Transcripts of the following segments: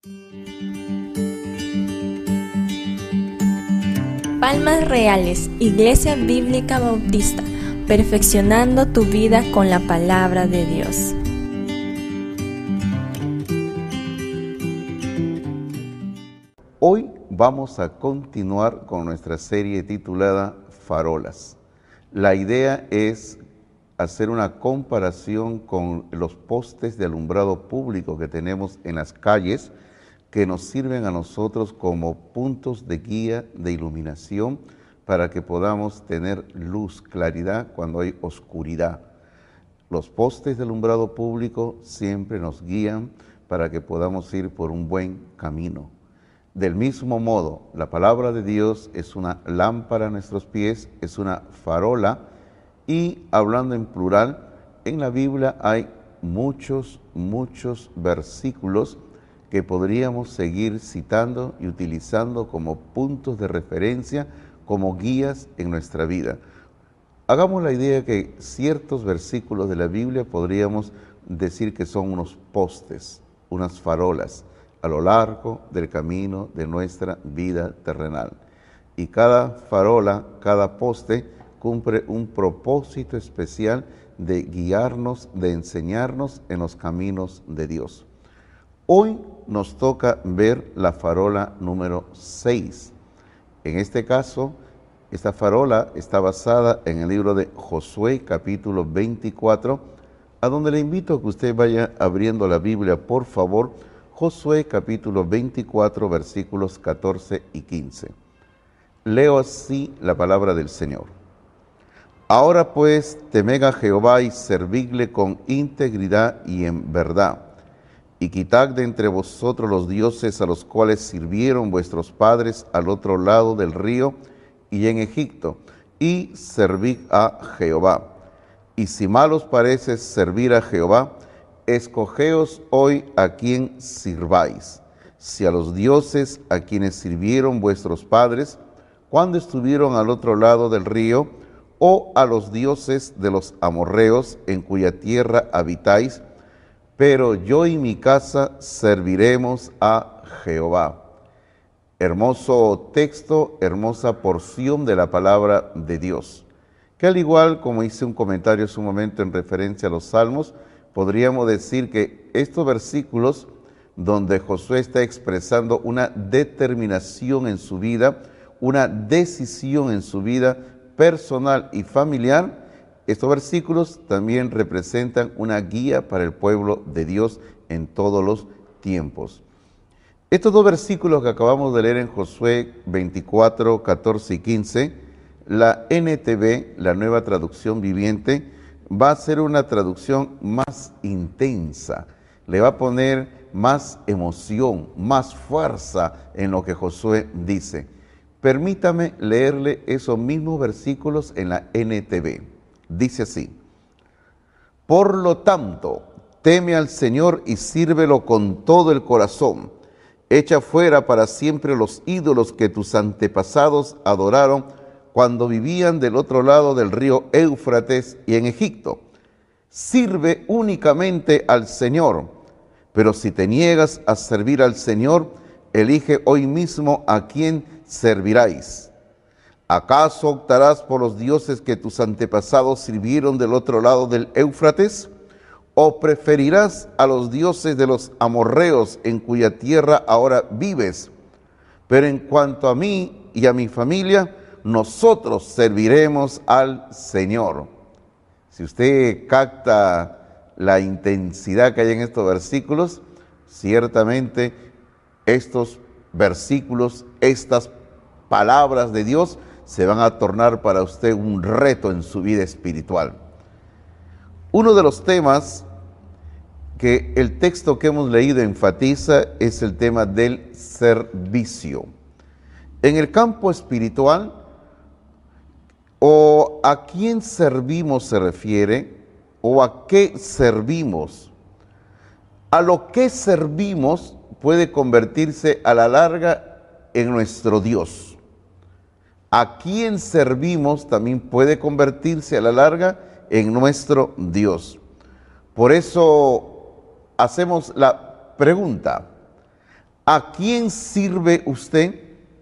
Palmas Reales, Iglesia Bíblica Bautista, perfeccionando tu vida con la palabra de Dios. Hoy vamos a continuar con nuestra serie titulada Farolas. La idea es hacer una comparación con los postes de alumbrado público que tenemos en las calles, que nos sirven a nosotros como puntos de guía, de iluminación, para que podamos tener luz, claridad cuando hay oscuridad. Los postes de alumbrado público siempre nos guían para que podamos ir por un buen camino. Del mismo modo, la palabra de Dios es una lámpara a nuestros pies, es una farola, y hablando en plural, en la Biblia hay muchos versículos que podríamos seguir citando y utilizando como puntos de referencia, como guías en nuestra vida. Hagamos la idea que ciertos versículos de la Biblia podríamos decir que son unos postes, unas farolas, a lo largo del camino de nuestra vida terrenal. Y cada farola, cada poste, cumple un propósito especial de guiarnos, de enseñarnos en los caminos de Dios. Hoy nos toca ver la farola número 6. En este caso, esta farola está basada en el libro de Josué, capítulo 24, a donde le invito a que usted vaya abriendo la Biblia, por favor. Josué, capítulo 24, versículos 14 y 15. Leo así la palabra del Señor. Ahora pues, temed a Jehová y servidle con integridad y en verdad, y quitad de entre vosotros los dioses a los cuales sirvieron vuestros padres al otro lado del río y en Egipto, y servid a Jehová. Y si mal os parece servir a Jehová, escogeos hoy a quien sirváis, si a los dioses a quienes sirvieron vuestros padres cuando estuvieron al otro lado del río, o a los dioses de los amorreos en cuya tierra habitáis, pero yo y mi casa serviremos a Jehová. Hermoso texto, hermosa porción de la palabra de Dios, que al igual como hice un comentario hace un momento en referencia a los Salmos, podríamos decir que estos versículos donde Josué está expresando una determinación en su vida, una decisión en su vida personal y familiar, estos versículos también representan una guía para el pueblo de Dios en todos los tiempos. Estos dos versículos que acabamos de leer en Josué 24, 14 y 15, la NTV, la Nueva Traducción Viviente, va a ser una traducción más intensa, le va a poner más emoción, más fuerza en lo que Josué dice. Permítame leerle esos mismos versículos en la NTV. Dice así: por lo tanto, teme al Señor y sírvelo con todo el corazón. Echa fuera para siempre los ídolos que tus antepasados adoraron cuando vivían del otro lado del río Éufrates y en Egipto. Sirve únicamente al Señor, pero si te niegas a servir al Señor, elige hoy mismo a quién serviráis. ¿Acaso optarás por los dioses que tus antepasados sirvieron del otro lado del Éufrates? ¿O preferirás a los dioses de los amorreos en cuya tierra ahora vives? Pero en cuanto a mí y a mi familia, nosotros serviremos al Señor. Si usted capta la intensidad que hay en estos versículos, ciertamente estos versículos, estas palabras de Dios se van a tornar para usted un reto en su vida espiritual. Uno de los temas que el texto que hemos leído enfatiza es el tema del servicio. En el campo espiritual, o a quién servimos se refiere, o a qué servimos. A lo que servimos puede convertirse a la larga en nuestro Dios. A quién servimos también puede convertirse a la larga en nuestro Dios. Por eso hacemos la pregunta: ¿a quién sirve usted?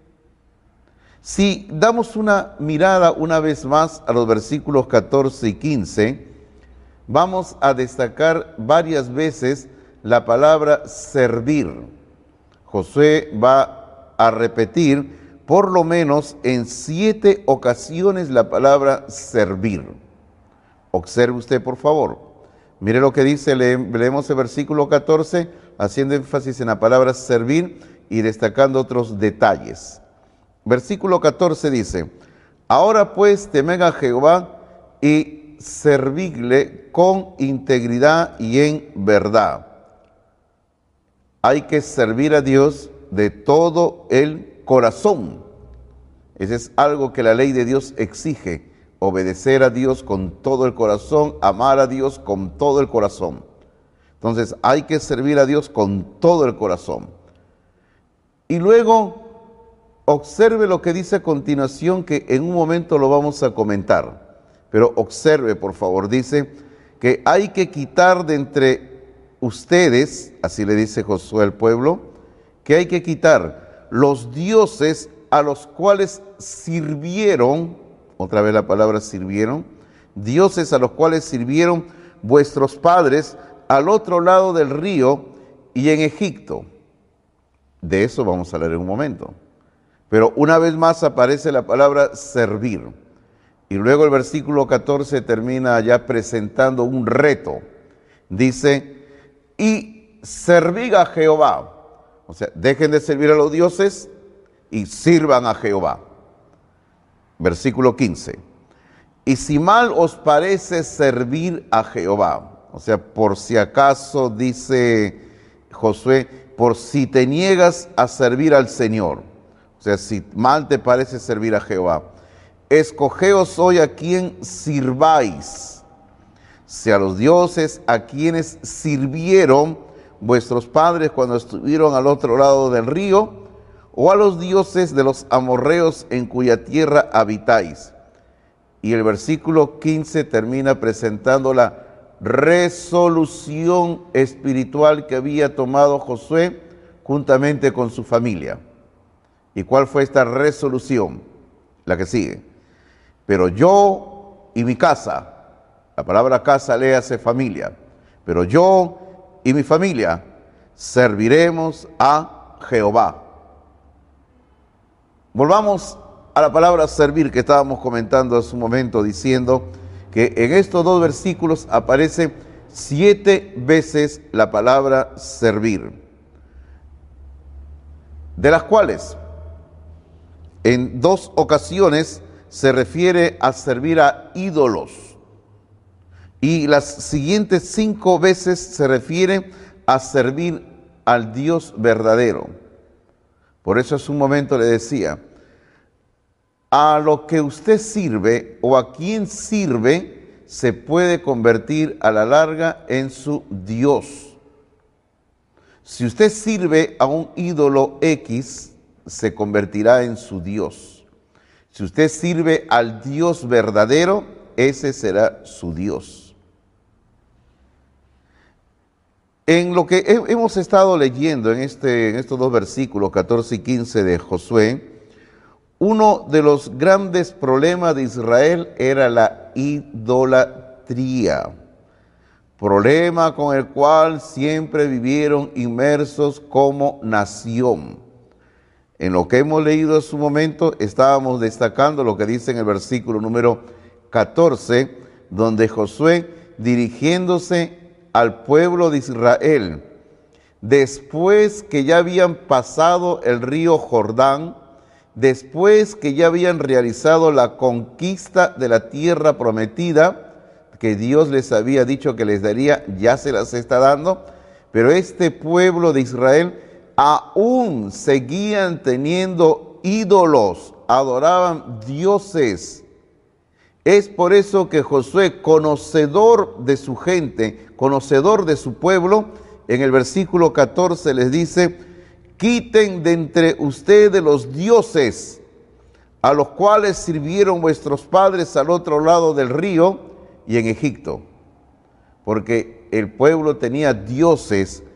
Si damos una mirada una vez más a los versículos 14 y 15, vamos a destacar varias veces la palabra servir. Josué va a repetir por lo menos en 7 ocasiones la palabra servir. Observe usted, por favor. Mire lo que dice, leemos el versículo 14, haciendo énfasis en la palabra servir y destacando otros detalles. Versículo 14 dice, ahora pues temed a Jehová y servidle con integridad y en verdad. Hay que servir a Dios de todo el corazón. Ese es algo que la ley de Dios exige, obedecer a Dios con todo el corazón, amar a Dios con todo el corazón. Entonces hay que servir a Dios con todo el corazón. Y luego observe lo que dice a continuación, que en un momento lo vamos a comentar. Pero observe, por favor, dice que hay que quitar de entre ustedes, así le dice Josué al pueblo, que hay que quitar los dioses a los cuales sirvieron, otra vez la palabra sirvieron, dioses a los cuales sirvieron vuestros padres al otro lado del río y en Egipto. De eso vamos a hablar en un momento. Pero una vez más aparece la palabra servir. Y luego el versículo 14 termina ya presentando un reto. Dice, y servid a Jehová. O sea, dejen de servir a los dioses y sirvan a Jehová. Versículo 15. Y si mal os parece servir a Jehová, o sea, por si acaso, dice Josué, por si te niegas a servir al Señor, o sea, si mal te parece servir a Jehová, escogeos hoy a quien sirváis, si a los dioses a quienes sirvieron vuestros padres cuando estuvieron al otro lado del río, o a los dioses de los amorreos en cuya tierra habitáis. Y el versículo 15 termina presentando la resolución espiritual que había tomado Josué juntamente con su familia. ¿Y cuál fue esta resolución? La que sigue. Pero yo y mi casa, la palabra casa léase familia, pero yo y mi familia serviremos a Jehová. Volvamos a la palabra servir que estábamos comentando hace un momento, diciendo que en estos 2 versículos aparece 7 veces la palabra servir, de las cuales en 2 ocasiones se refiere a servir a ídolos y las siguientes 5 veces se refiere a servir al Dios verdadero. Por eso hace un momento le decía, a lo que usted sirve o a quien sirve se puede convertir a la larga en su Dios. Si usted sirve a un ídolo X, se convertirá en su Dios. Si usted sirve al Dios verdadero, ese será su Dios. En lo que hemos estado leyendo en estos 2 versículos, 14 y 15 de Josué, uno de los grandes problemas de Israel era la idolatría, problema con el cual siempre vivieron inmersos como nación. En lo que hemos leído en su momento, estábamos destacando lo que dice en el versículo número 14, donde Josué, dirigiéndose al pueblo de Israel, después que ya habían pasado el río Jordán, después que ya habían realizado la conquista de la tierra prometida, que Dios les había dicho que les daría, ya se las está dando, pero este pueblo de Israel aún seguían teniendo ídolos, adoraban dioses. Es por eso que Josué, conocedor de su gente, conocedor de su pueblo, en el versículo 14 les dice, quiten de entre ustedes los dioses a los cuales sirvieron vuestros padres al otro lado del río y en Egipto. Porque el pueblo tenía dioses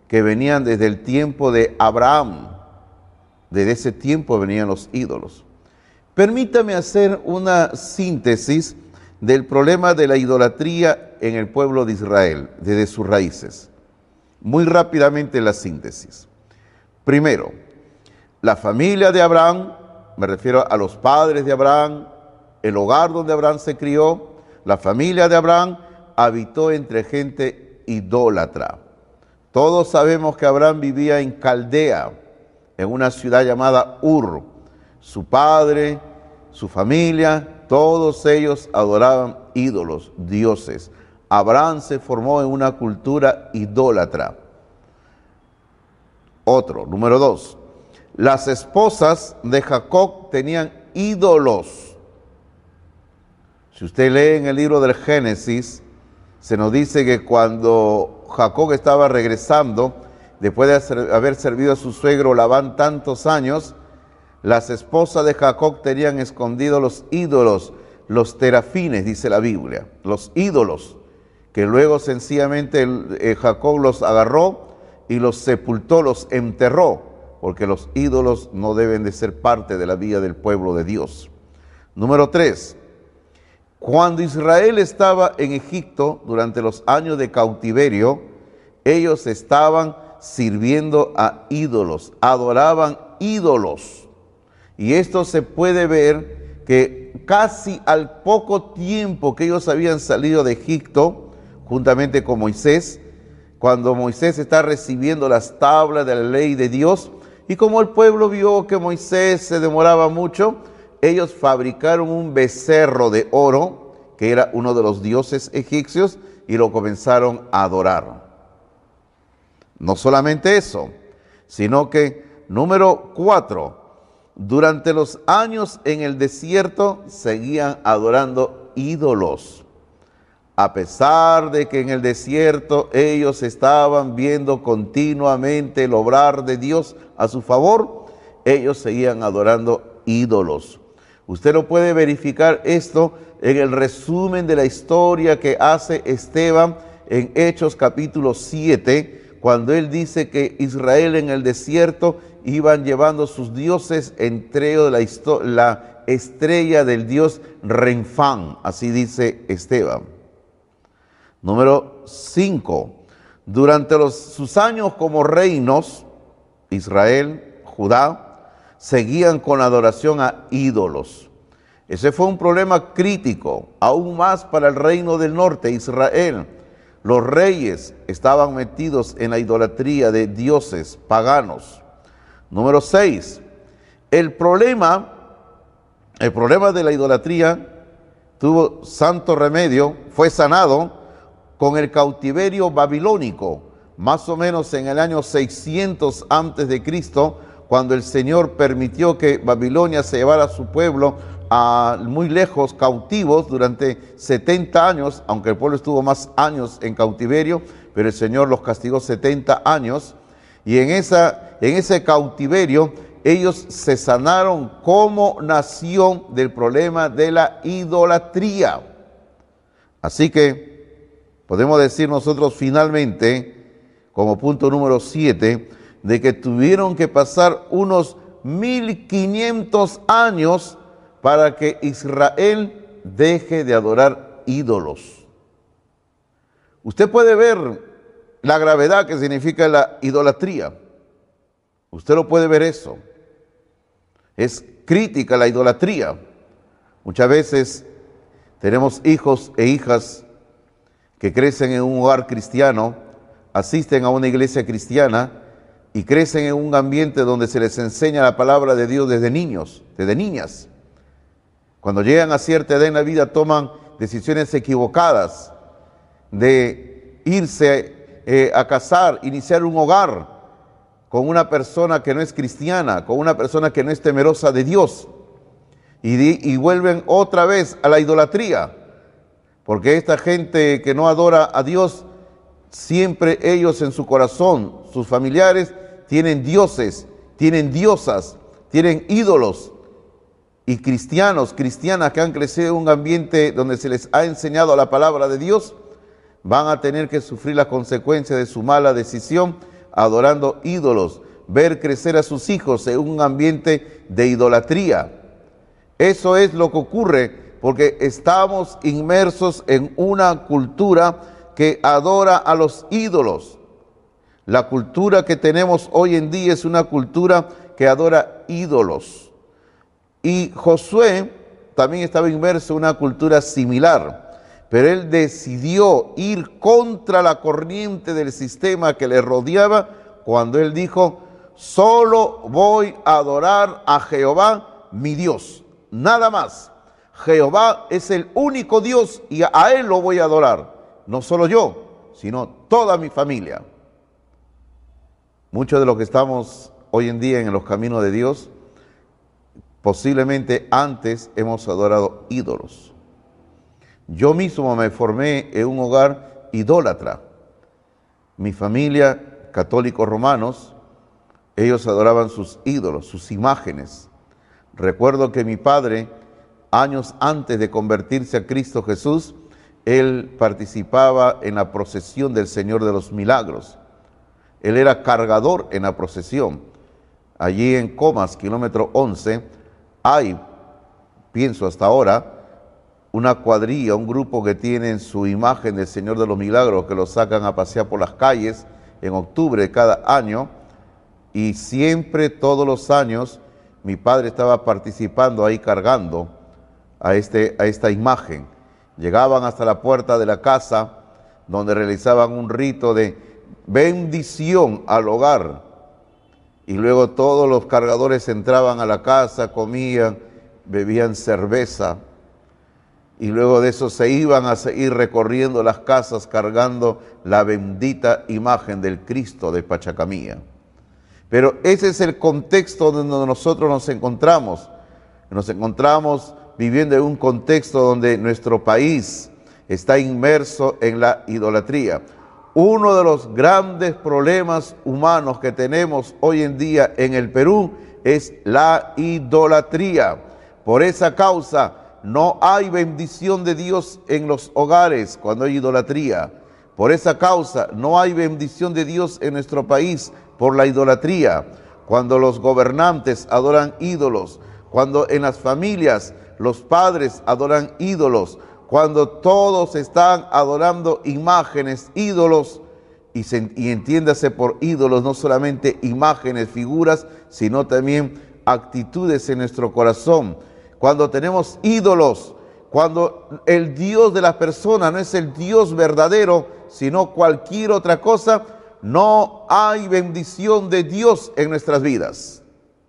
que venían desde el tiempo de Abraham. Desde ese tiempo venían los ídolos. Permítame hacer una síntesis del problema de la idolatría en el pueblo de Israel, desde sus raíces. Muy rápidamente la síntesis. Primero, la familia de Abraham, me refiero a los padres de Abraham, el hogar donde Abraham se crió, la familia de Abraham habitó entre gente idólatra. Todos sabemos que Abraham vivía en Caldea, en una ciudad llamada Ur. Su padre, su familia, todos ellos adoraban ídolos, dioses. Abraham se formó en una cultura idólatra. Otro, número 2. Las esposas de Jacob tenían ídolos. Si usted lee en el libro del Génesis, se nos dice que cuando Jacob estaba regresando, después de haber servido a su suegro Labán tantos años, las esposas de Jacob tenían escondidos los ídolos, los terafines, dice la Biblia, los ídolos, que luego sencillamente Jacob los agarró y los sepultó, los enterró, porque los ídolos no deben de ser parte de la vida del pueblo de Dios. Número 3. Cuando Israel estaba en Egipto durante los años de cautiverio, ellos estaban sirviendo a ídolos, adoraban ídolos. Y esto se puede ver que casi al poco tiempo que ellos habían salido de Egipto, juntamente con Moisés, cuando Moisés está recibiendo las tablas de la ley de Dios, y como el pueblo vio que Moisés se demoraba mucho, ellos fabricaron un becerro de oro, que era uno de los dioses egipcios, y lo comenzaron a adorar. No solamente eso, sino que, número 4, durante los años en el desierto seguían adorando ídolos. A pesar de que en el desierto ellos estaban viendo continuamente el obrar de Dios a su favor, ellos seguían adorando ídolos. Usted lo puede verificar esto en el resumen de la historia que hace Esteban en Hechos capítulo 7, cuando él dice que Israel en el desierto iban llevando sus dioses entre la estrella del dios Renfán, así dice Esteban. Número 5. Durante sus años como reinos, Israel, Judá, seguían con adoración a ídolos. Ese fue un problema crítico, aún más para el reino del norte, Israel. Los reyes estaban metidos en la idolatría de dioses paganos. Número 6. El problema de la idolatría tuvo santo remedio, fue sanado con el cautiverio babilónico, más o menos en el año 600 antes de Cristo, cuando el Señor permitió que Babilonia se llevara a su pueblo a muy lejos, cautivos, durante 70 años, aunque el pueblo estuvo más años en cautiverio, pero el Señor los castigó 70 años, y en ese cautiverio ellos se sanaron como nación del problema de la idolatría. Así que podemos decir nosotros finalmente, como punto número 7, de que tuvieron que pasar unos 1500 años para que Israel deje de adorar ídolos. Usted puede ver la gravedad que significa la idolatría. Usted lo puede ver eso. Es crítica la idolatría. Muchas veces tenemos hijos e hijas que crecen en un hogar cristiano, asisten a una iglesia cristiana y crecen en un ambiente donde se les enseña la palabra de Dios desde niños, desde niñas. Cuando llegan a cierta edad en la vida toman decisiones equivocadas de irse a casar, iniciar un hogar con una persona que no es cristiana, con una persona que no es temerosa de Dios, y vuelven otra vez a la idolatría. Porque esta gente que no adora a Dios, siempre ellos en su corazón, sus familiares, tienen dioses, tienen diosas, tienen ídolos. Y cristianas que han crecido en un ambiente donde se les ha enseñado la palabra de Dios, van a tener que sufrir las consecuencias de su mala decisión adorando ídolos, ver crecer a sus hijos en un ambiente de idolatría. Eso es lo que ocurre porque estamos inmersos en una cultura que adora a los ídolos. La cultura que tenemos hoy en día es una cultura que adora ídolos. Y Josué también estaba inmerso en una cultura similar, pero él decidió ir contra la corriente del sistema que le rodeaba cuando él dijo: solo voy a adorar a Jehová, mi Dios, nada más. Jehová es el único Dios y a Él lo voy a adorar. No solo yo, sino toda mi familia. Muchos de los que estamos hoy en día en los caminos de Dios, posiblemente antes hemos adorado ídolos. Yo mismo me formé en un hogar idólatra. Mi familia, católicos romanos, ellos adoraban sus ídolos, sus imágenes. Recuerdo que mi padre, años antes de convertirse a Cristo Jesús, él participaba en la procesión del Señor de los Milagros. Él era cargador en la procesión. Allí en Comas, kilómetro 11, hay, pienso hasta ahora, una cuadrilla, un grupo que tienen su imagen del Señor de los Milagros, que lo sacan a pasear por las calles en octubre de cada año, y siempre, todos los años, mi padre estaba participando ahí cargando a esta imagen. Llegaban hasta la puerta de la casa, donde realizaban un rito de bendición al hogar, y luego todos los cargadores entraban a la casa, comían, bebían cerveza, y luego de eso se iban a seguir recorriendo las casas cargando la bendita imagen del Cristo de Pachacamía. Pero ese es el contexto donde nosotros nos encontramos. Nos encontramos viviendo en un contexto donde nuestro país está inmerso en la idolatría. Uno de los grandes problemas humanos que tenemos hoy en día en el Perú es la idolatría. Por esa causa no hay bendición de Dios en los hogares cuando hay idolatría. Por esa causa no hay bendición de Dios en nuestro país por la idolatría. Cuando los gobernantes adoran ídolos, cuando en las familias los padres adoran ídolos, cuando todos están adorando imágenes, ídolos, y entiéndase por ídolos no solamente imágenes, figuras, sino también actitudes en nuestro corazón. Cuando tenemos ídolos, cuando el Dios de las personas no es el Dios verdadero, sino cualquier otra cosa, no hay bendición de Dios en nuestras vidas.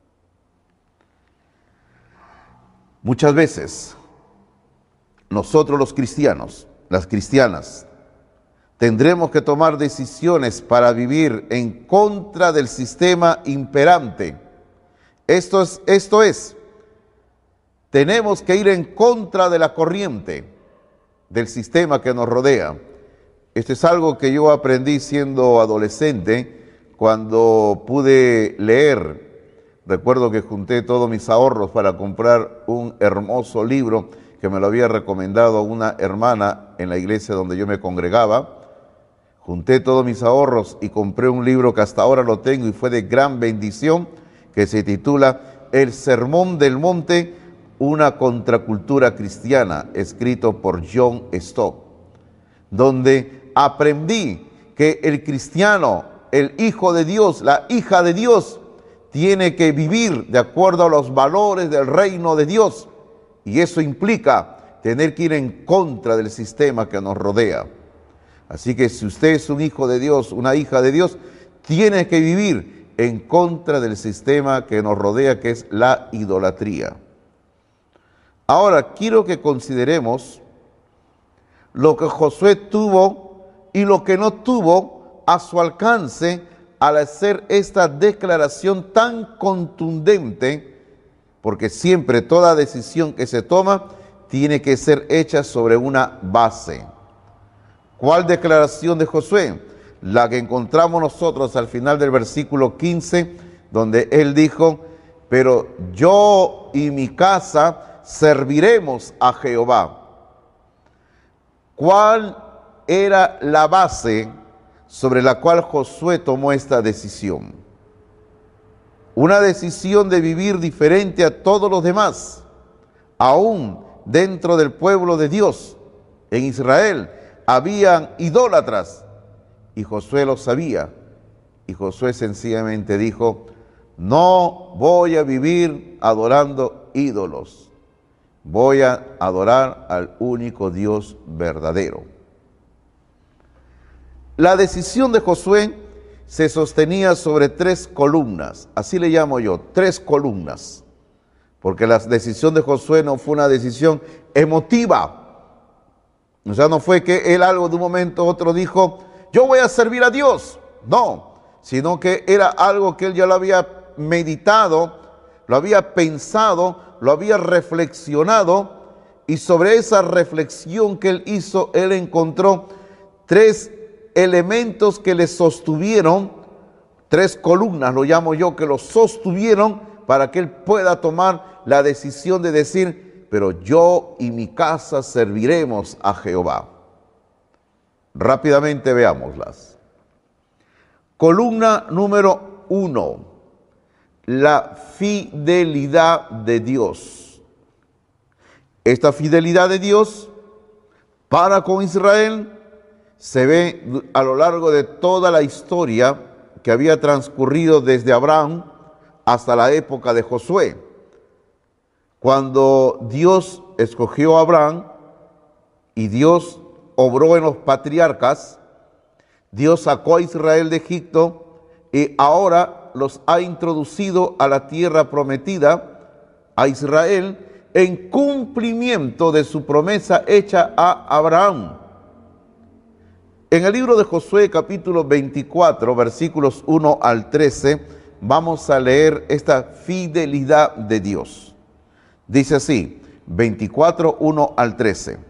Muchas veces nosotros los cristianos, las cristianas, tendremos que tomar decisiones para vivir en contra del sistema imperante. Esto es, tenemos que ir en contra de la corriente del sistema que nos rodea. Esto es algo que yo aprendí siendo adolescente, cuando pude leer. Recuerdo que junté todos mis ahorros para comprar un hermoso libro que me lo había recomendado una hermana en la iglesia donde yo me congregaba. Junté todos mis ahorros y compré un libro que hasta ahora lo tengo y fue de gran bendición, que se titula El Sermón del Monte, una contracultura cristiana, escrito por John Stott, donde aprendí que el cristiano, el hijo de Dios, la hija de Dios, tiene que vivir de acuerdo a los valores del reino de Dios, y eso implica tener que ir en contra del sistema que nos rodea. Así que si usted es un hijo de Dios, una hija de Dios, tiene que vivir en contra del sistema que nos rodea, que es la idolatría. Ahora, quiero que consideremos lo que Josué tuvo y lo que no tuvo a su alcance al hacer esta declaración tan contundente, porque siempre toda decisión que se toma tiene que ser hecha sobre una base. ¿Cuál declaración de Josué? La que encontramos nosotros al final del versículo 15, donde él dijo: pero yo y mi casa serviremos a Jehová. ¿Cuál era la base sobre la cual Josué tomó esta decisión. Una decisión de vivir diferente a todos los demás, aún dentro del pueblo de Dios. En Israel habían idólatras y Josué lo sabía. Y Josué sencillamente dijo: no voy a vivir adorando ídolos, voy a adorar al único Dios verdadero. La decisión de Josué se sostenía sobre 3 columnas, así le llamo yo, 3 columnas, porque la decisión de Josué no fue una decisión emotiva. O sea, no fue que él algo de un momento a otro dijo: yo voy a servir a Dios. No, sino que era algo que él ya lo había meditado, lo había pensado, lo había reflexionado, y sobre esa reflexión que él hizo, él encontró 3 elementos que le sostuvieron, 3 columnas, lo llamo yo, que lo sostuvieron para que él pueda tomar la decisión de decir: pero yo y mi casa serviremos a Jehová. Rápidamente veámoslas. Columna número 1, la fidelidad de Dios. Esta fidelidad de Dios para con Israel se ve a lo largo de toda la historia que había transcurrido desde Abraham hasta la época de Josué. Cuando Dios escogió a Abraham y Dios obró en los patriarcas, Dios sacó a Israel de Egipto y ahora los ha introducido a la tierra prometida, a Israel, en cumplimiento de su promesa hecha a Abraham. En el libro de Josué, capítulo 24, versículos 1 al 13, vamos a leer esta fidelidad de Dios. Dice así, 24, 1 al 13.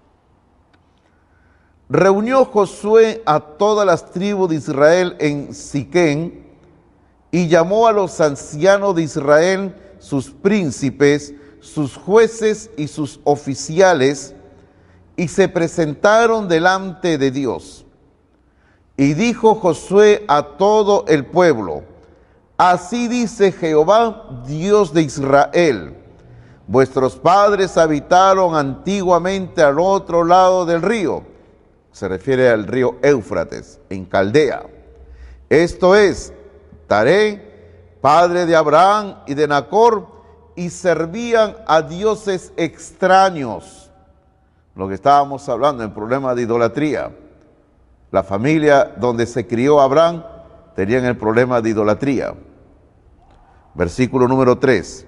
Reunió Josué a todas las tribus de Israel en Siquén y llamó a los ancianos de Israel, sus príncipes, sus jueces y sus oficiales, y se presentaron delante de Dios. Y dijo Josué a todo el pueblo: así dice Jehová, Dios de Israel: vuestros padres habitaron antiguamente al otro lado del río. Se refiere al río Éufrates, en Caldea. Esto es, Taré, padre de Abraham y de Nacor, y servían a dioses extraños. Lo que estábamos hablando, el problema de idolatría. La familia donde se crió Abraham tenían el problema de idolatría. Versículo número 3.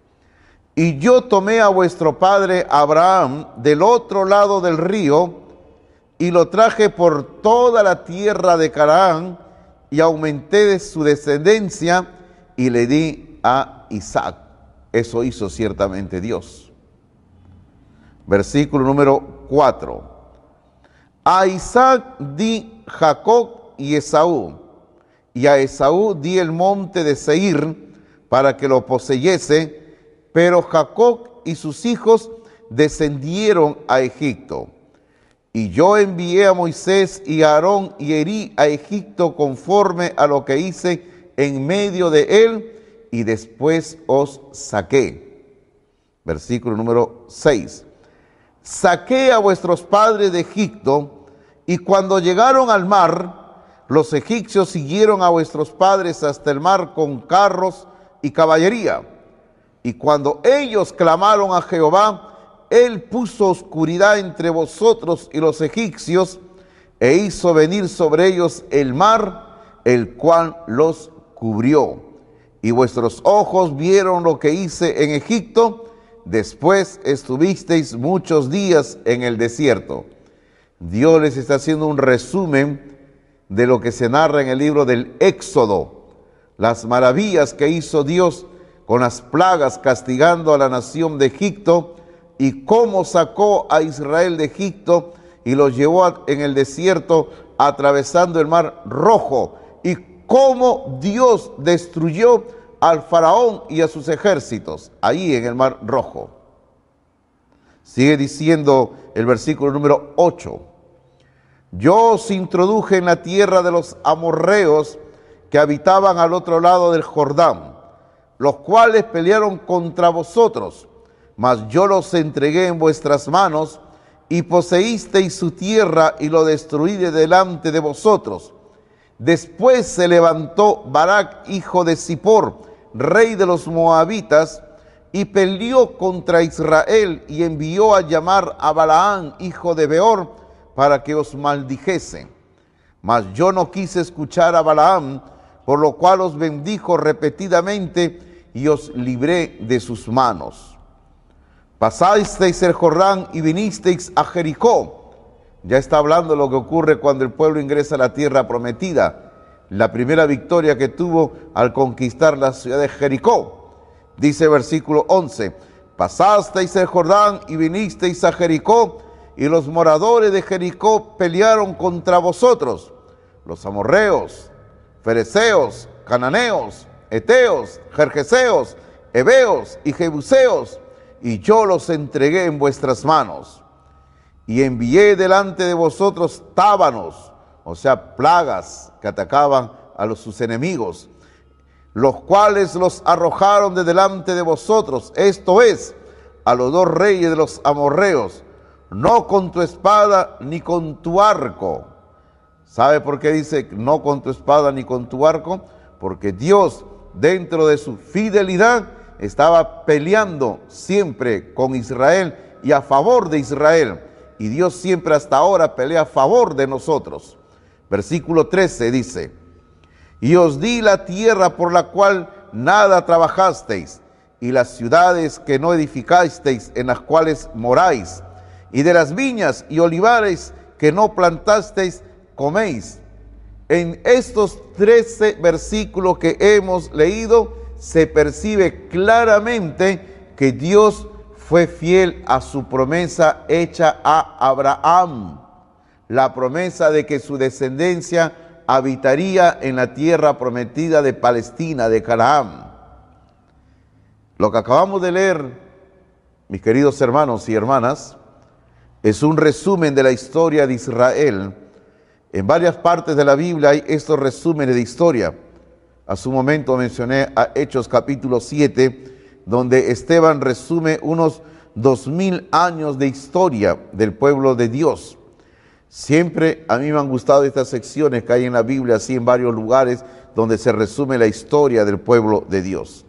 Y yo tomé a vuestro padre Abraham del otro lado del río, y lo traje por toda la tierra de Canaán, y aumenté de su descendencia, y le di a Isaac. Eso hizo ciertamente Dios. Versículo número 4. A Isaac di Jacob y Esaú, y a Esaú di el monte de Seir para que lo poseyese, pero Jacob y sus hijos descendieron a Egipto. Y yo envié a Moisés y a Aarón y herí a Egipto conforme a lo que hice en medio de él, y después os saqué. Versículo número 6. Saqué a vuestros padres de Egipto, y cuando llegaron al mar, los egipcios siguieron a vuestros padres hasta el mar con carros y caballería. Y cuando ellos clamaron a Jehová, él puso oscuridad entre vosotros y los egipcios, e hizo venir sobre ellos el mar, el cual los cubrió. Y vuestros ojos vieron lo que hice en Egipto. Después estuvisteis muchos días en el desierto. Dios les está haciendo un resumen de lo que se narra en el libro del Éxodo, las maravillas que hizo Dios con las plagas castigando a la nación de Egipto, y cómo sacó a Israel de Egipto y los llevó en el desierto atravesando el mar Rojo, y cómo Dios destruyó al faraón y a sus ejércitos ahí en el mar Rojo. Sigue diciendo el versículo número 8. Yo os introduje en la tierra de los amorreos que habitaban al otro lado del Jordán, los cuales pelearon contra vosotros, mas yo los entregué en vuestras manos, y poseísteis su tierra y lo destruí de delante de vosotros. Después se levantó Barac, hijo de Zippor, rey de los moabitas, y peleó contra Israel, y envió a llamar a Balaán, hijo de Beor, para que os maldijese. Mas yo no quise escuchar a Balaam, por lo cual os bendijo repetidamente y os libré de sus manos. Pasasteis el Jordán y vinisteis a Jericó. Ya está hablando lo que ocurre cuando el pueblo ingresa a la tierra prometida, la primera victoria que tuvo al conquistar la ciudad de Jericó. Dice versículo 11, pasasteis el Jordán y vinisteis a Jericó, y los moradores de Jericó pelearon contra vosotros, los amorreos, fereceos, cananeos, eteos, jerjeseos, heveos y jebuseos, y yo los entregué en vuestras manos. Y envié delante de vosotros tábanos, o sea, plagas que atacaban a sus enemigos, los cuales los arrojaron de delante de vosotros, esto es, a los dos reyes de los amorreos, no con tu espada ni con tu arco. ¿Sabe por qué dice no con tu espada ni con tu arco? Porque Dios, dentro de su fidelidad, estaba peleando siempre con Israel y a favor de Israel. Y Dios siempre hasta ahora pelea a favor de nosotros. Versículo 13 dice, y os di la tierra por la cual nada trabajasteis, y las ciudades que no edificasteis, en las cuales moráis, y de las viñas y olivares que no plantasteis, coméis. En estos 13 versículos que hemos leído, se percibe claramente que Dios fue fiel a su promesa hecha a Abraham, la promesa de que su descendencia habitaría en la tierra prometida de Palestina, de Canaán. Lo que acabamos de leer, mis queridos hermanos y hermanas, es un resumen de la historia de Israel. En varias partes de la Biblia hay estos resúmenes de historia. A su momento mencioné a Hechos capítulo 7, donde Esteban resume unos 2000 años de historia del pueblo de Dios. Siempre a mí me han gustado estas secciones que hay en la Biblia, así en varios lugares, donde se resume la historia del pueblo de Dios.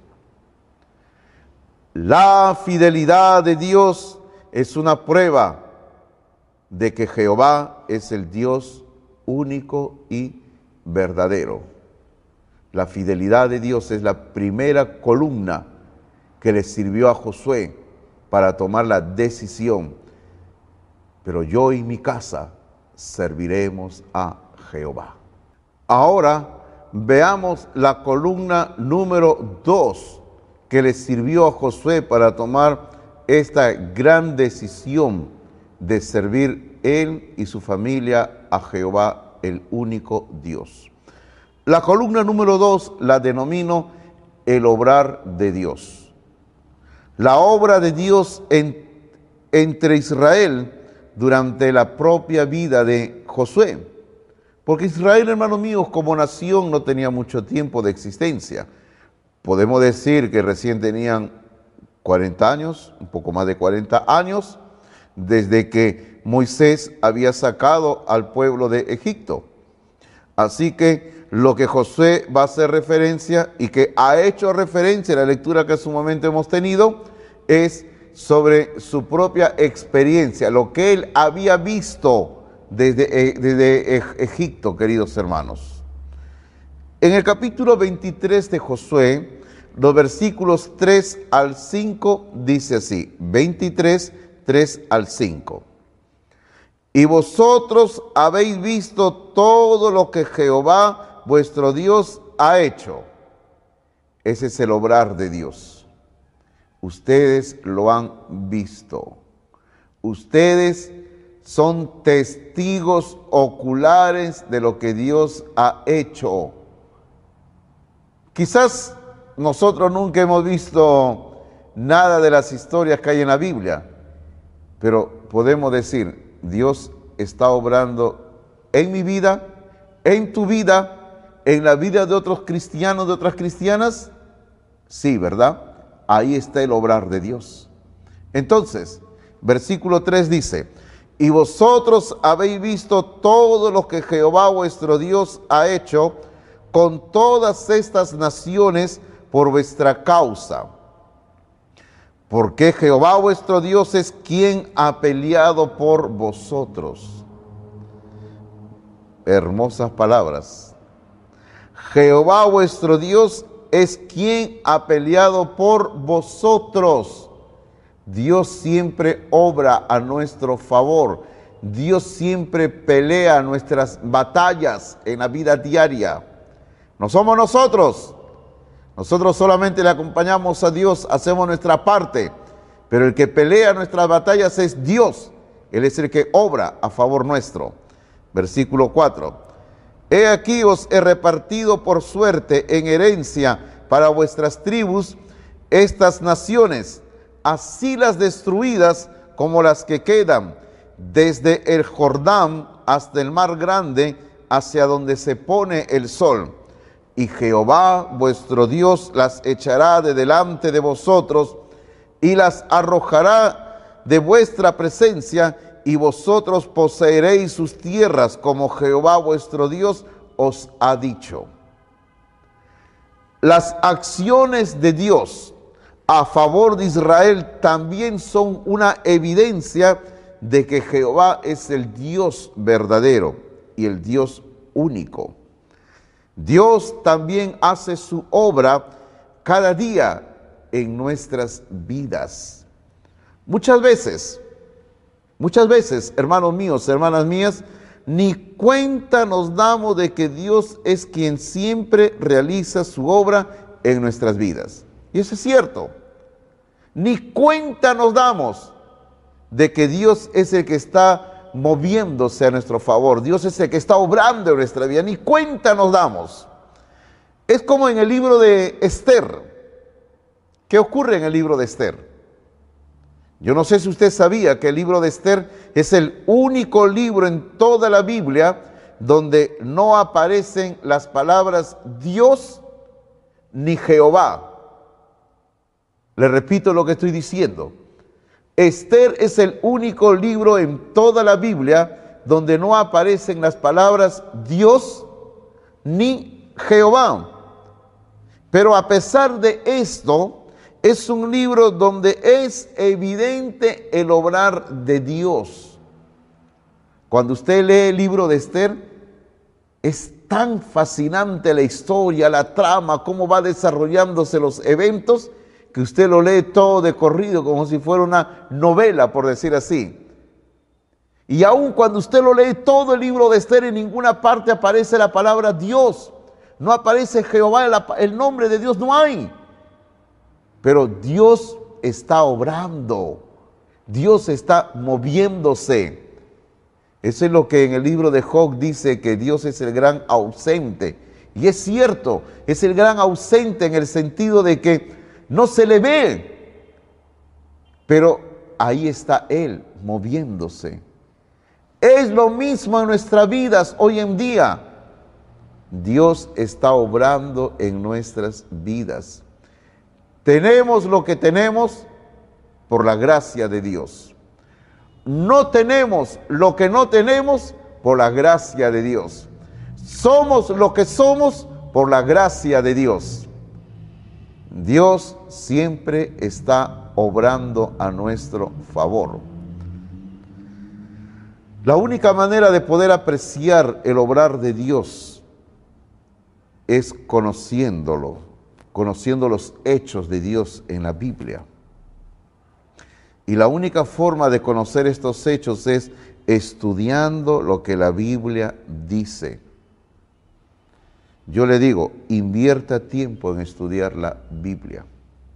La fidelidad de Dios es una prueba de que Jehová es el Dios único y verdadero. La fidelidad de Dios es la primera columna que le sirvió a Josué para tomar la decisión. Pero yo y mi casa serviremos a Jehová. Ahora veamos la columna número 2 que le sirvió a Josué para tomar esta gran decisión de servir él y su familia a Jehová, el único Dios. La columna número 2 la denomino el obrar de Dios. La obra de Dios entre Israel durante la propia vida de Josué. Porque Israel, hermanos míos, como nación no tenía mucho tiempo de existencia. Podemos decir que recién tenían 40 años, un poco más de 40 años, desde que Moisés había sacado al pueblo de Egipto. Así que lo que Josué va a hacer referencia y que ha hecho referencia en la lectura que en su momento hemos tenido es sobre su propia experiencia, lo que él había visto desde Egipto, queridos hermanos. En el capítulo 23 de Josué, los versículos 3 al 5 dice así, 23, 3 al 5. Y vosotros habéis visto todo lo que Jehová vuestro Dios ha hecho. Ese es el obrar de Dios. Ustedes lo han visto. Ustedes son testigos oculares de lo que Dios ha hecho. Quizás nosotros nunca hemos visto nada de las historias que hay en la Biblia, pero podemos decir, Dios está obrando en mi vida, en tu vida, en la vida de otros cristianos, de otras cristianas? Sí, ¿verdad? Ahí está el obrar de Dios. Entonces, versículo 3 dice: y vosotros habéis visto todo lo que Jehová vuestro Dios ha hecho con todas estas naciones por vuestra causa. Porque Jehová vuestro Dios es quien ha peleado por vosotros. Hermosas palabras. Jehová vuestro Dios es quien ha peleado por vosotros. Dios siempre obra a nuestro favor. Dios siempre pelea nuestras batallas en la vida diaria. No somos nosotros. Nosotros solamente le acompañamos a Dios, hacemos nuestra parte. Pero el que pelea nuestras batallas es Dios. Él es el que obra a favor nuestro. Versículo 4. He aquí os he repartido por suerte en herencia para vuestras tribus estas naciones, así las destruidas como las que quedan, desde el Jordán hasta el mar grande, hacia donde se pone el sol. Y Jehová vuestro Dios las echará de delante de vosotros y las arrojará de vuestra presencia, y vosotros poseeréis sus tierras como Jehová vuestro Dios os ha dicho. Las acciones de Dios a favor de Israel también son una evidencia de que Jehová es el Dios verdadero y el Dios único. Dios también hace su obra cada día en nuestras vidas. Muchas veces, hermanos míos, hermanas mías, ni cuenta nos damos de que Dios es quien siempre realiza su obra en nuestras vidas. Y eso es cierto. Ni cuenta nos damos de que Dios es el que está moviéndose a nuestro favor. Dios es el que está obrando en nuestra vida. Ni cuenta nos damos. Es como en el libro de Esther. ¿Qué ocurre en el libro de Esther? Yo no sé si usted sabía que el libro de Esther es el único libro en toda la Biblia donde no aparecen las palabras Dios ni Jehová. Le repito lo que estoy diciendo. Esther es el único libro en toda la Biblia donde no aparecen las palabras Dios ni Jehová. Pero a pesar de esto, es un libro donde es evidente el obrar de Dios. Cuando usted lee el libro de Esther, es tan fascinante la historia, la trama, cómo va desarrollándose los eventos, que usted lo lee todo de corrido, como si fuera una novela, por decir así. Y aun cuando usted lo lee todo el libro de Esther, en ninguna parte aparece la palabra Dios. No aparece Jehová, el nombre de Dios no hay. Pero Dios está obrando, Dios está moviéndose. Eso es lo que en el libro de Job dice, que Dios es el gran ausente. Y es cierto, es el gran ausente en el sentido de que no se le ve, pero ahí está Él moviéndose. Es lo mismo en nuestras vidas hoy en día. Dios está obrando en nuestras vidas. Tenemos lo que tenemos por la gracia de Dios. No tenemos lo que no tenemos por la gracia de Dios. Somos lo que somos por la gracia de Dios. Dios siempre está obrando a nuestro favor. La única manera de poder apreciar el obrar de Dios es conociéndolo, conociendo los hechos de Dios en la Biblia. Y la única forma de conocer estos hechos es estudiando lo que la Biblia dice. Yo le digo, invierta tiempo en estudiar la Biblia.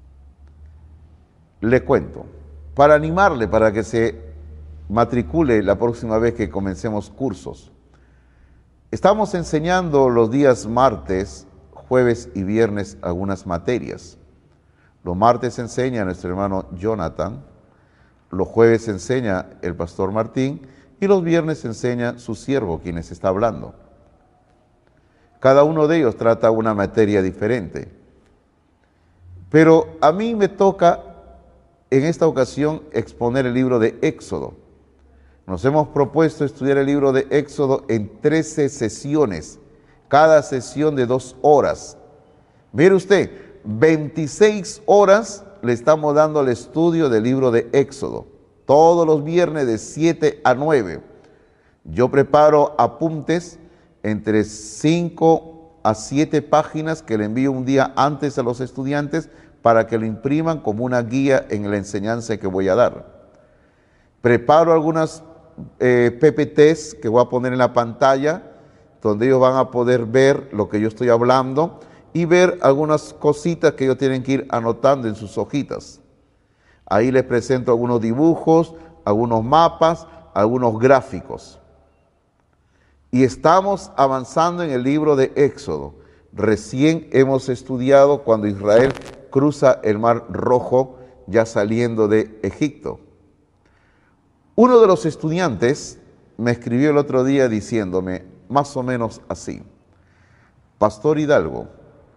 Le cuento, para animarle, para que se matricule la próxima vez que comencemos cursos. Estamos enseñando los días martes, jueves y viernes algunas materias. Los martes enseña nuestro hermano Jonathan, los jueves enseña el pastor Martín y los viernes enseña su siervo, quien les está hablando. Cada uno de ellos trata una materia diferente. Pero a mí me toca en esta ocasión exponer el libro de Éxodo. Nos hemos propuesto estudiar el libro de Éxodo en 13 sesiones, cada sesión de 2 horas. Mire usted, 26 horas le estamos dando al estudio del libro de Éxodo, todos los viernes de 7 a 9. Yo preparo apuntes entre 5 a 7 páginas que le envío un día antes a los estudiantes para que lo impriman como una guía en la enseñanza que voy a dar. Preparo algunas PPTs que voy a poner en la pantalla, donde ellos van a poder ver lo que yo estoy hablando y ver algunas cositas que ellos tienen que ir anotando en sus hojitas. Ahí les presento algunos dibujos, algunos mapas, algunos gráficos. Y estamos avanzando en el libro de Éxodo. Recién hemos estudiado cuando Israel cruza el Mar Rojo ya saliendo de Egipto. Uno de los estudiantes me escribió el otro día diciéndome más o menos así: Pastor Hidalgo,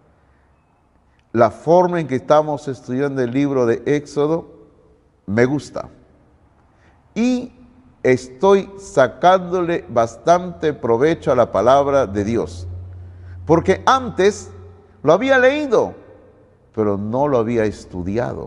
la forma en que estamos estudiando el libro de Éxodo me gusta y estoy sacándole bastante provecho a la palabra de Dios, porque antes lo había leído, pero no lo había estudiado.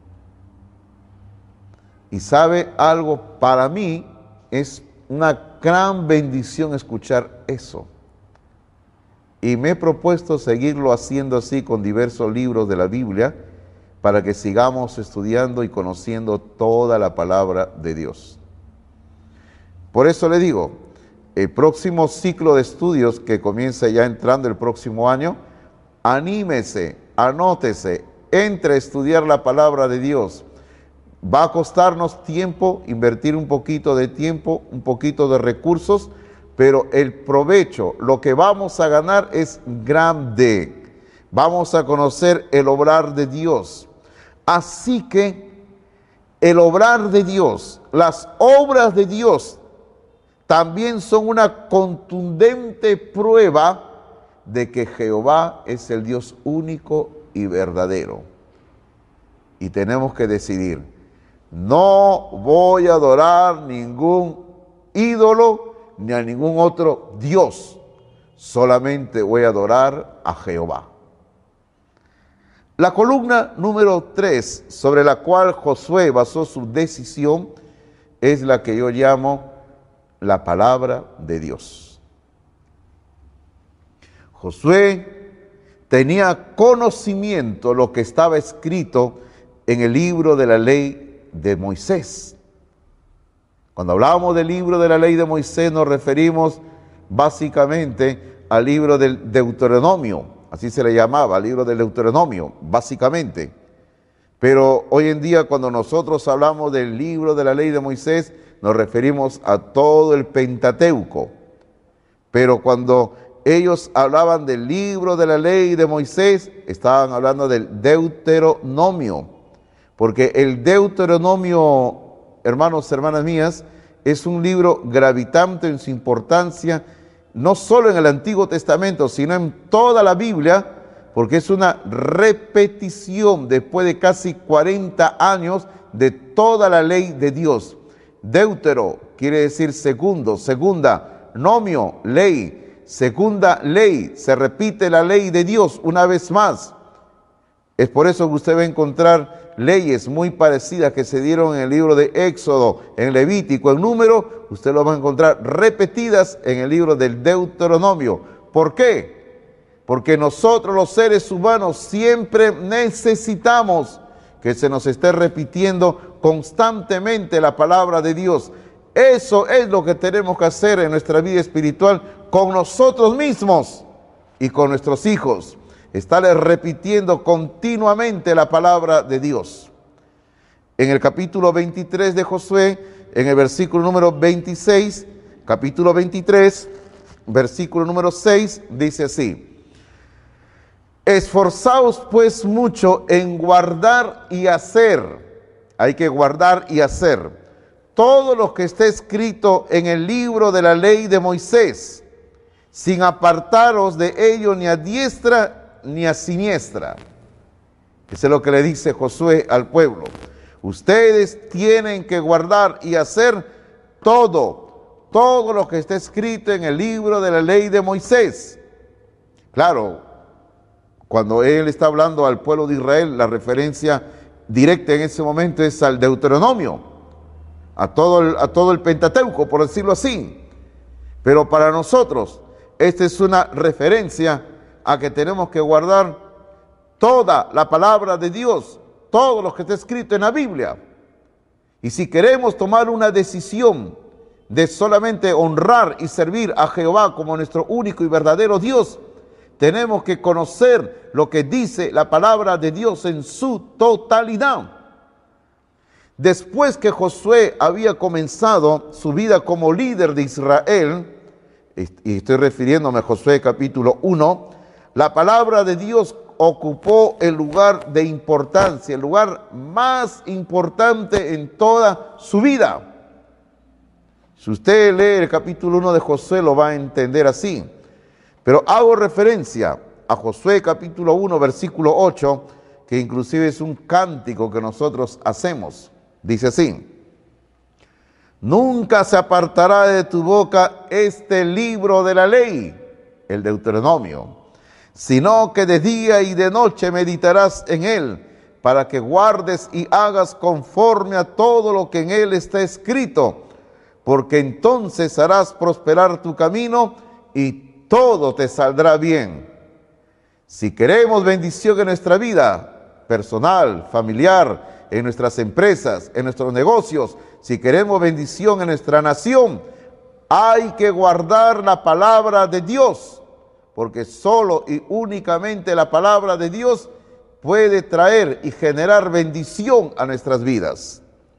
Y sabe algo, para mí es una gran bendición escuchar eso. Y me he propuesto seguirlo haciendo así con diversos libros de la Biblia para que sigamos estudiando y conociendo toda la palabra de Dios. Por eso le digo, el próximo ciclo de estudios que comienza ya entrando el próximo año, anímese, anótese, entre a estudiar la palabra de Dios. Va a costarnos tiempo, invertir un poquito de tiempo, un poquito de recursos, pero el provecho, lo que vamos a ganar es grande. Vamos a conocer el obrar de Dios. Así que el obrar de Dios, las obras de Dios, también son una contundente prueba de que Jehová es el Dios único y verdadero. Y tenemos que decidir: no voy a adorar ningún ídolo ni a ningún otro Dios, solamente voy a adorar a Jehová. La columna número 3, sobre la cual Josué basó su decisión, es la que yo llamo la palabra de Dios. Josué tenía conocimiento de lo que estaba escrito en el libro de la ley de Moisés. Cuando hablábamos del libro de la ley de Moisés nos referimos básicamente al libro del Deuteronomio, así se le llamaba, el libro del Deuteronomio, básicamente. Pero hoy en día cuando nosotros hablamos del libro de la ley de Moisés, nos referimos a todo el Pentateuco. Pero cuando ellos hablaban del libro de la ley de Moisés, estaban hablando del Deuteronomio. Porque el Deuteronomio, hermanos, hermanas mías, es un libro gravitante en su importancia, no solo en el Antiguo Testamento, sino en toda la Biblia, porque es una repetición después de casi 40 años de toda la ley de Dios. Deutero quiere decir segundo, segunda, nomio, ley, segunda ley, se repite la ley de Dios una vez más. Es por eso que usted va a encontrar leyes muy parecidas que se dieron en el libro de Éxodo, en Levítico, en Número, usted lo va a encontrar repetidas en el libro del Deuteronomio. ¿Por qué? Porque nosotros los seres humanos siempre necesitamos que se nos esté repitiendo constantemente la palabra de Dios. Eso es lo que tenemos que hacer en nuestra vida espiritual con nosotros mismos y con nuestros hijos. Estarles repitiendo continuamente la palabra de Dios. En el capítulo 23 de Josué, en el versículo número 26, capítulo 23, versículo número 6, dice así: esforzaos pues mucho en guardar y hacer, hay que guardar y hacer todo lo que está escrito en el libro de la ley de Moisés, sin apartaros de ello ni a diestra ni a siniestra. Eso es lo que le dice Josué al pueblo. Ustedes tienen que guardar y hacer todo lo que está escrito en el libro de la ley de Moisés. Claro, cuando él está hablando al pueblo de Israel, la referencia directa en ese momento es al Deuteronomio, a todo el Pentateuco, por decirlo así. Pero para nosotros, esta es una referencia a que tenemos que guardar toda la palabra de Dios, todo lo que está escrito en la Biblia. Y si queremos tomar una decisión de solamente honrar y servir a Jehová como nuestro único y verdadero Dios, tenemos que conocer lo que dice la palabra de Dios en su totalidad. Después que Josué había comenzado su vida como líder de Israel, y estoy refiriéndome a Josué capítulo 1, la palabra de Dios ocupó el lugar de importancia, el lugar más importante en toda su vida. Si usted lee el capítulo 1 de Josué, lo va a entender así. Pero hago referencia a Josué capítulo 1, versículo 8, que inclusive es un cántico que nosotros hacemos. Dice así: nunca se apartará de tu boca este libro de la ley, el Deuteronomio, sino que de día y de noche meditarás en él, para que guardes y hagas conforme a todo lo que en él está escrito, porque entonces harás prosperar tu camino y todo te saldrá bien. Si queremos bendición en nuestra vida personal, familiar, en nuestras empresas, en nuestros negocios, si queremos bendición en nuestra nación, hay que guardar la palabra de Dios, porque solo y únicamente la palabra de Dios puede traer y generar bendición a nuestras vidas.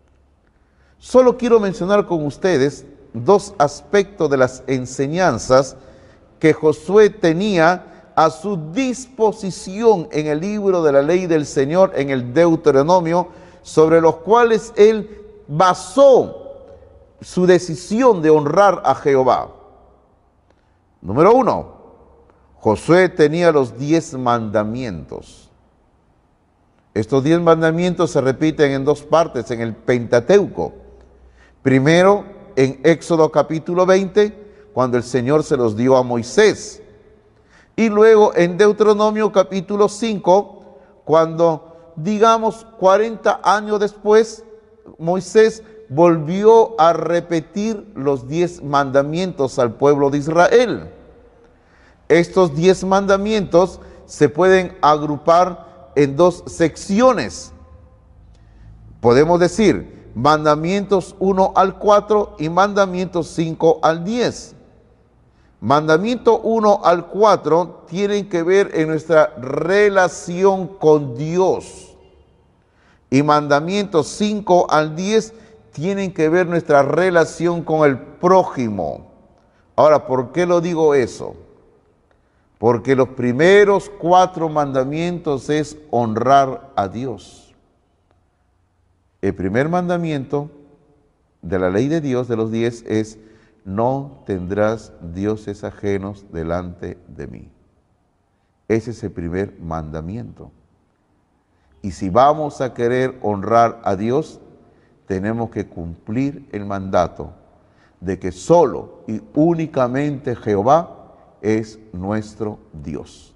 Solo quiero mencionar con ustedes dos aspectos de las enseñanzas que Josué tenía a su disposición en el libro de la ley del Señor, en el Deuteronomio, sobre los cuales él basó su decisión de honrar a Jehová. Número 1, Josué tenía los 10 mandamientos. Estos 10 mandamientos se repiten en dos partes en el Pentateuco. Primero, en Éxodo capítulo 20, cuando el Señor se los dio a Moisés. Y luego en Deuteronomio capítulo 5, cuando, digamos, 40 años después, Moisés volvió a repetir los 10 mandamientos al pueblo de Israel. Estos 10 mandamientos se pueden agrupar en dos secciones. Podemos decir mandamientos 1 al 4 y mandamientos 5 al 10. Mandamiento 1 al 4 tienen que ver en nuestra relación con Dios. Y mandamientos 5 al 10 tienen que ver nuestra relación con el prójimo. Ahora, ¿por qué lo digo eso? Porque los primeros 4 mandamientos es honrar a Dios. El primer mandamiento de la ley de Dios, de los 10, es: no tendrás dioses ajenos delante de mí. Ese es el primer mandamiento. Y si vamos a querer honrar a Dios, tenemos que cumplir el mandato de que solo y únicamente Jehová es nuestro Dios.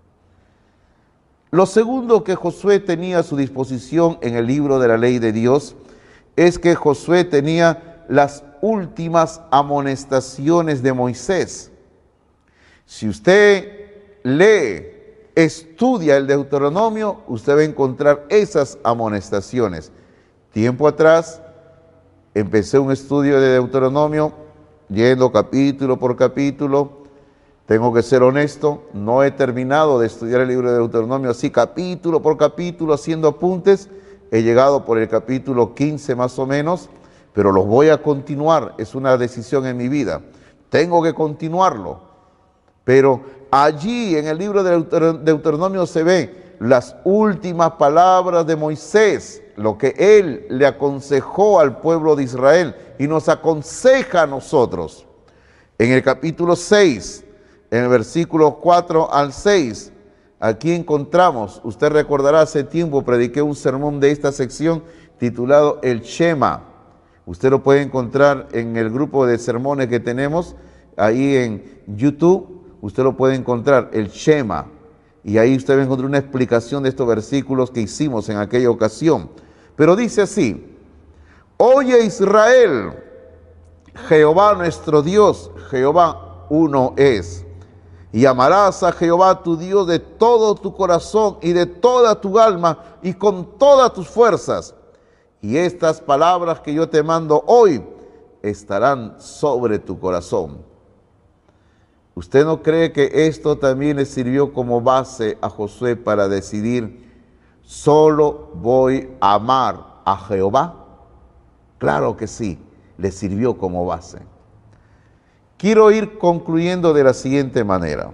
Lo segundo que Josué tenía a su disposición en el libro de la ley de Dios es que Josué tenía las últimas amonestaciones de Moisés. Si usted lee, estudia el Deuteronomio, usted va a encontrar esas amonestaciones. Tiempo atrás empecé un estudio de Deuteronomio, yendo capítulo por capítulo. Tengo que ser honesto, no he terminado de estudiar el libro de Deuteronomio así capítulo por capítulo, haciendo apuntes. He llegado por el capítulo 15 más o menos, pero los voy a continuar, es una decisión en mi vida. Tengo que continuarlo. Pero allí en el libro de Deuteronomio se ve las últimas palabras de Moisés, lo que él le aconsejó al pueblo de Israel y nos aconseja a nosotros. En el capítulo 6, en el versículo 4 al 6, aquí encontramos, usted recordará, hace tiempo prediqué un sermón de esta sección titulado El Shema. Usted lo puede encontrar en el grupo de sermones que tenemos ahí en YouTube. Usted lo puede encontrar, El Shema. Y ahí usted va a encontrar una explicación de estos versículos que hicimos en aquella ocasión. Pero dice así: Oye Israel, Jehová nuestro Dios, Jehová uno es. Y amarás a Jehová tu Dios de todo tu corazón y de toda tu alma y con todas tus fuerzas. Y estas palabras que yo te mando hoy estarán sobre tu corazón. ¿Usted no cree que esto también le sirvió como base a Josué para decidir, solo voy a amar a Jehová? Claro que sí, le sirvió como base. Quiero ir concluyendo de la siguiente manera.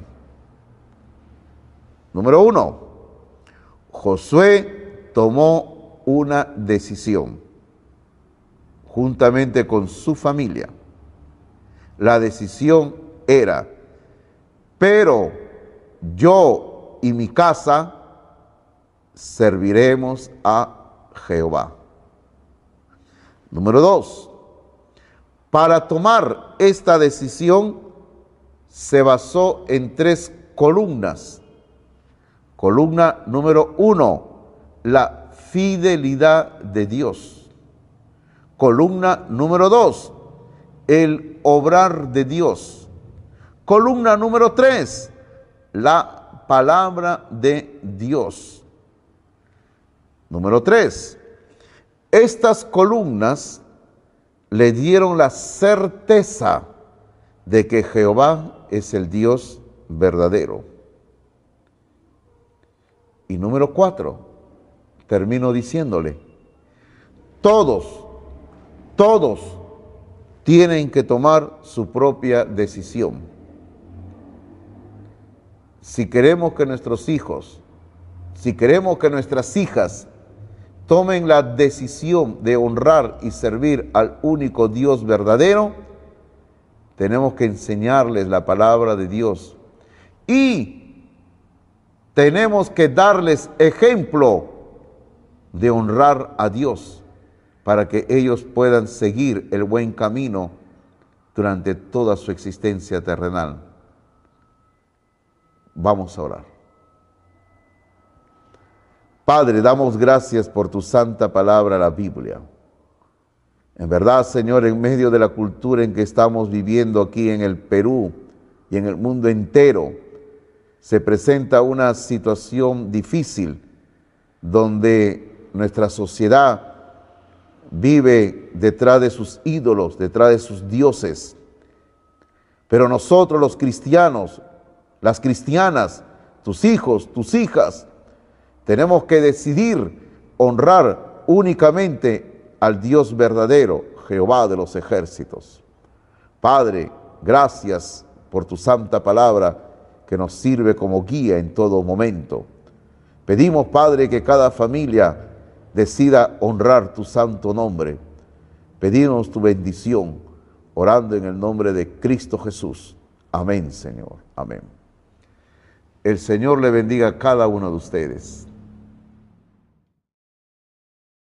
Número 1, Josué tomó una decisión juntamente con su familia. La decisión era: pero yo y mi casa serviremos a Jehová. Número 2, para tomar esta decisión se basó en 3 columnas. Columna número 1, la fidelidad de Dios. Columna número 2, el obrar de Dios. Columna número 3, la palabra de Dios. Número 3, estas columnas le dieron la certeza de que Jehová es el Dios verdadero. Y número 4, termino diciéndole, todos tienen que tomar su propia decisión. Si queremos que nuestros hijos, si queremos que nuestras hijas tomen la decisión de honrar y servir al único Dios verdadero, tenemos que enseñarles la palabra de Dios y tenemos que darles ejemplo de honrar a Dios para que ellos puedan seguir el buen camino durante toda su existencia terrenal. Vamos a orar. Padre, damos gracias por tu santa palabra, la Biblia. En verdad, Señor, en medio de la cultura en que estamos viviendo aquí en el Perú y en el mundo entero, se presenta una situación difícil donde nuestra sociedad vive detrás de sus ídolos, detrás de sus dioses. Pero nosotros los cristianos, las cristianas, tus hijos, tus hijas, tenemos que decidir honrar únicamente al Dios verdadero, Jehová de los ejércitos. Padre, gracias por tu santa palabra que nos sirve como guía en todo momento. Pedimos, Padre, que cada familia decida honrar tu santo nombre. Pedimos tu bendición, orando en el nombre de Cristo Jesús. Amén, Señor. Amén. El Señor le bendiga a cada uno de ustedes.